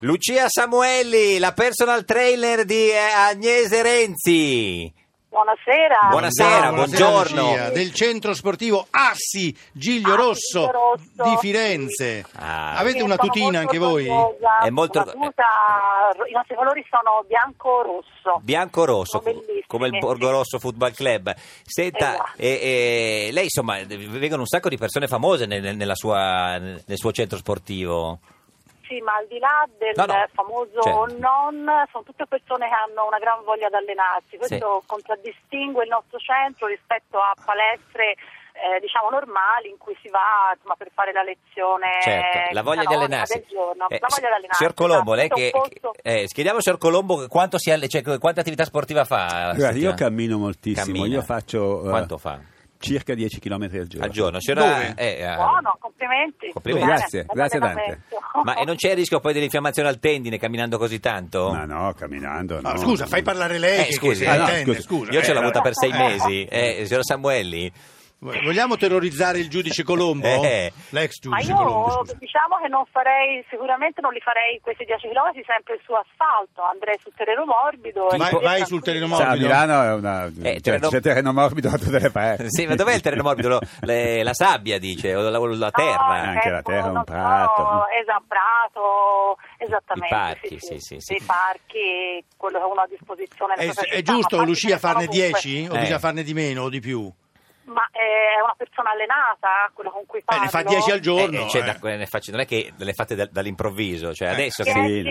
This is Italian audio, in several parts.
Lucia Samuelli, la personal trainer di Agnese Renzi. Buonasera. Buonasera, buongiorno. Lucia, del centro sportivo Assi Giglio Rosso di Firenze. Avete una tutina anche voi? È molto... I nostri colori sono bianco-rosso. Bianco-rosso, come il Borgo Rosso Football Club. Senta, Esatto. lei insomma, vengono un sacco di persone famose nel suo centro sportivo. Sì, ma al di là del famoso certo. sono tutte persone che hanno una gran voglia di allenarsi. Questo contraddistingue il nostro centro rispetto a palestre normali in cui si va per fare la lezione. Certo, la voglia di allenarsi. Del giorno. La voglia di allenarsi. Signor Colombo, lei posto... chiediamo al signor Colombo quanta attività sportiva fa? Guarda, io cammino moltissimo, io faccio quanto fa? circa 10 km al giorno. Signora, Buono, complimenti. Grazie tante. Ma e non c'è il rischio poi dell'infiammazione al tendine camminando così tanto? No, camminando no. Scusa, fai parlare lei. Scusi, Scusa. Io ce l'ho avuta per 6 mesi, signor Samuelli. Vogliamo terrorizzare il giudice Colombo? L'ex giudice Colombo, scusa. Diciamo che sicuramente non li farei questi 10 km sempre su asfalto, andrei sul terreno morbido. Vai sul terreno morbido. A Milano è una c'è terreno morbido da tutte le parti. Sì, ma dov'è il terreno morbido? La sabbia, dice, o la terra? Anche la terra è un prato. Prato, esattamente. I parchi, sì. I parchi, quello che uno ha a disposizione. È giusto, Lucia, farne 10 o bisogna farne di meno o di più? Ma è una persona allenata, quello con cui parlo? Ne fa 10 al giorno. Non è che le fate dall'improvviso, cioè adesso...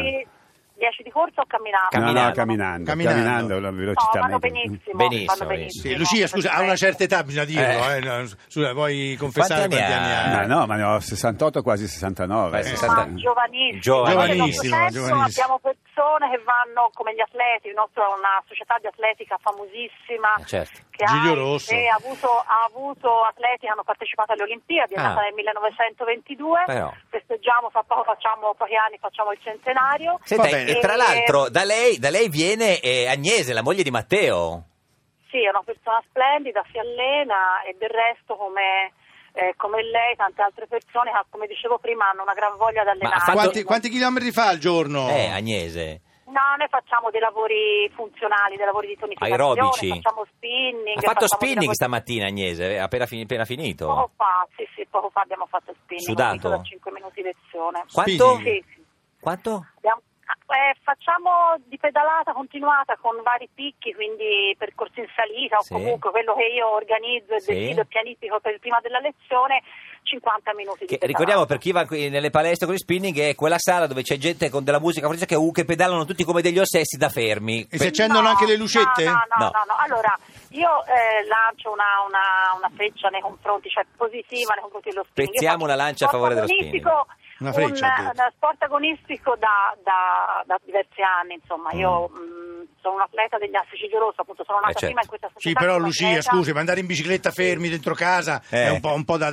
10 di corsa o camminando? Camminando la velocità vanno media. benissimo. Sì, Lucia, scusa, a una certa età bisogna dirlo. Scusa, vuoi confessare quanti anni hai? Ma ne ho 68, quasi 69. Ma giovanissimo. Abbiamo persone che vanno come gli atleti, il nostro è una società di atletica famosissima. Certo. Giglio Rosso. Che ha avuto atleti che hanno partecipato alle Olimpiadi, è nata nel 1922. Festeggiamo, facciamo pochi anni, facciamo il centenario. Senta, e tra l'altro da lei viene Agnese, la moglie di Matteo. Sì, è una persona splendida, si allena e del resto come lei, tante altre persone che, come dicevo prima, hanno una gran voglia di allenarsi. Quanti chilometri fa al giorno? Agnese. No, noi facciamo dei lavori funzionali, dei lavori di tonificazione, aerobici. Facciamo spinning. Ha fatto spinning stamattina Agnese, appena finito? Poco fa, sì, poco fa abbiamo fatto spinning. Sudato? Da 5 minuti lezione. Quanto? Sì. Quanto? Facciamo di pedalata continuata con vari picchi, quindi percorsi in salita o comunque quello che io organizzo e decido e pianifico prima della lezione, 50 minuti di pedalata. Ricordiamo, per chi va nelle palestre con gli spinning, è quella sala dove c'è gente con della musica che pedalano tutti come degli ossessi da fermi. E si accendono anche le lucette? No. Allora, io lancio una freccia nei confronti, cioè positiva nei confronti dello spinning. Spezziamo una lancia a favore dello spinning. Una freccia, uno sport agonistico da diversi anni, insomma. Io sono un atleta degli Assi Giglio Rosso, appunto sono nata prima in questa società. Sì, però Lucia, scusi, ma andare in bicicletta fermi dentro casa è un po' da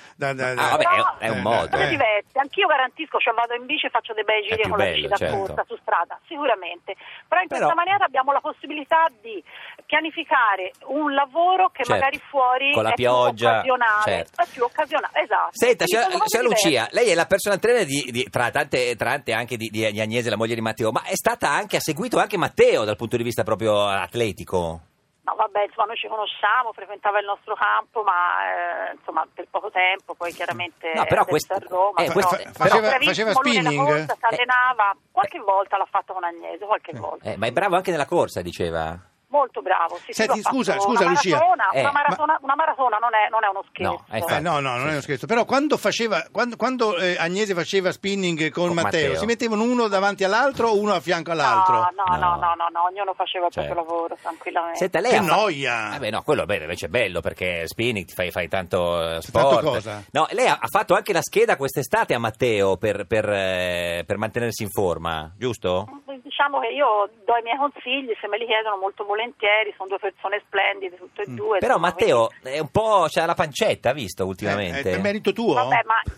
è un modo. Sono diverse. Anch'io garantisco, vado in bici e faccio dei bei giri con la bici da corsa su strada, sicuramente. Però in questa maniera abbiamo la possibilità di pianificare un lavoro che magari fuori con la è pioggia, è più occasionale, esatto. Senta, signora Lucia, lei è la personal trainer tra tante anche di Agnese, la moglie di Matteo, ma ha seguito anche Matteo dal punto di vista proprio atletico? No, vabbè, noi ci conosciamo, frequentava il nostro campo, ma per poco tempo, poi chiaramente a Roma. Faceva spinning? Lui nella corsa si allenava, qualche volta l'ha fatto con Agnese, qualche volta. Ma è bravo anche nella corsa, diceva. Molto bravo. Senti, scusa una Lucia. Una maratona non è uno scherzo. No, non è uno scherzo. Però quando Agnese faceva spinning con Matteo, si mettevano uno davanti all'altro o uno a fianco all'altro? No, ognuno faceva il proprio lavoro tranquillamente. Senta, lei che noia! Quello invece è bello perché spinning fai tanto sport. Tanto cosa? No, lei ha fatto anche la scheda quest'estate a Matteo per mantenersi in forma, giusto? Diciamo che io do i miei consigli, se me li chiedono molto volentieri, sono due persone splendide tutte e due. Però Matteo è un po' c'ha la pancetta, visto ultimamente. È merito tuo? Vabbè, ma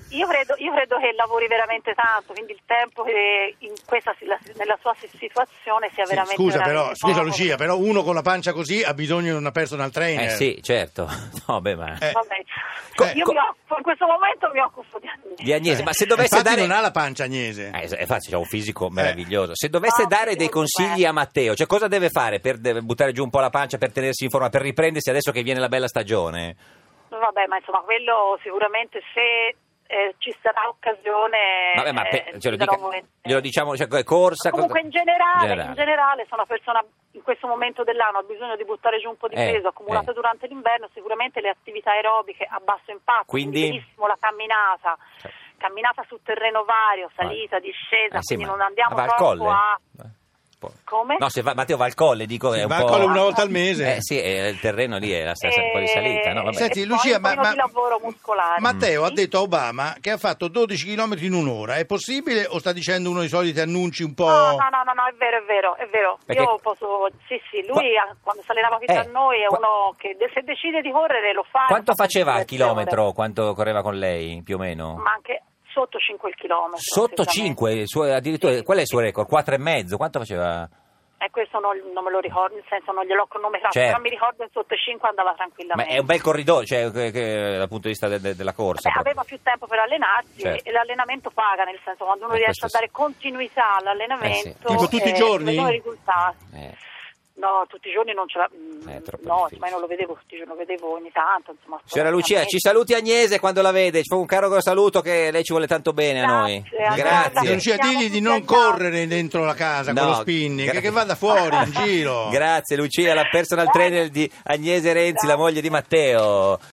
Io credo che lavori veramente tanto, quindi il tempo che nella sua situazione sia veramente. Scusa Lucia, però uno con la pancia così ha bisogno di una personal trainer. Sì, certo. No, beh, ma... Vabbè. Io in questo momento mi occupo di Agnese, ma se dovesse dare... non ha la pancia Agnese. Infatti c'ha un fisico meraviglioso. Se dovesse dare dei consigli a Matteo, cioè cosa deve fare per buttare giù un po' la pancia, per tenersi in forma, per riprendersi adesso che viene la bella stagione? Vabbè, ma insomma, quello sicuramente se ci sarà occasione. Vabbè, ma glielo diciamo, cioè, corsa. Comunque in generale sono una persona in questo momento dell'anno ha bisogno di buttare giù un po' di peso accumulato durante l'inverno, sicuramente le attività aerobiche a basso impatto, quindi benissimo la camminata su terreno vario, salita, discesa, quindi non andiamo troppo a... Come? No, se Matteo va al colle, dico è un po'... colle una volta al mese. Sì, il terreno lì è la stessa, un po' di salita, no? Vabbè. Senti, Lucia, ma di lavoro muscolare. Matteo ha detto a Obama che ha fatto 12 km in un'ora. È possibile o sta dicendo uno dei soliti annunci un po'? No, è vero. Perché... Io posso... Sì, lui quando si allenava qui da noi è uno che se decide di correre lo fa. Quanto faceva al chilometro? Quanto correva con lei, più o meno? Ma anche... Sotto 5 km. Sotto 5? Addirittura, qual è il suo record? 4,5? Quanto faceva? Questo non me lo ricordo, nel senso non gliel'ho cronometrato, però mi ricordo che sotto 5 andava tranquillamente. Ma è un bel corridoio, cioè dal punto di vista della corsa. Aveva più tempo per allenarsi e l'allenamento paga, nel senso quando uno riesce a dare continuità all'allenamento, tipo tutti i giorni? Vedono i risultati. No, tutti i giorni non ce l'ha. No, ma non lo vedevo tutti i giorni, lo vedevo ogni tanto. Insomma, signora Lucia, ci saluti Agnese quando la vede. Ci fa un caro saluto, che lei ci vuole tanto bene a noi. Grazie. Lucia, digli di non correre dentro la casa con lo spinning, che vada fuori in giro. Grazie Lucia, la personal trainer di Agnese Renzi, la moglie di Matteo.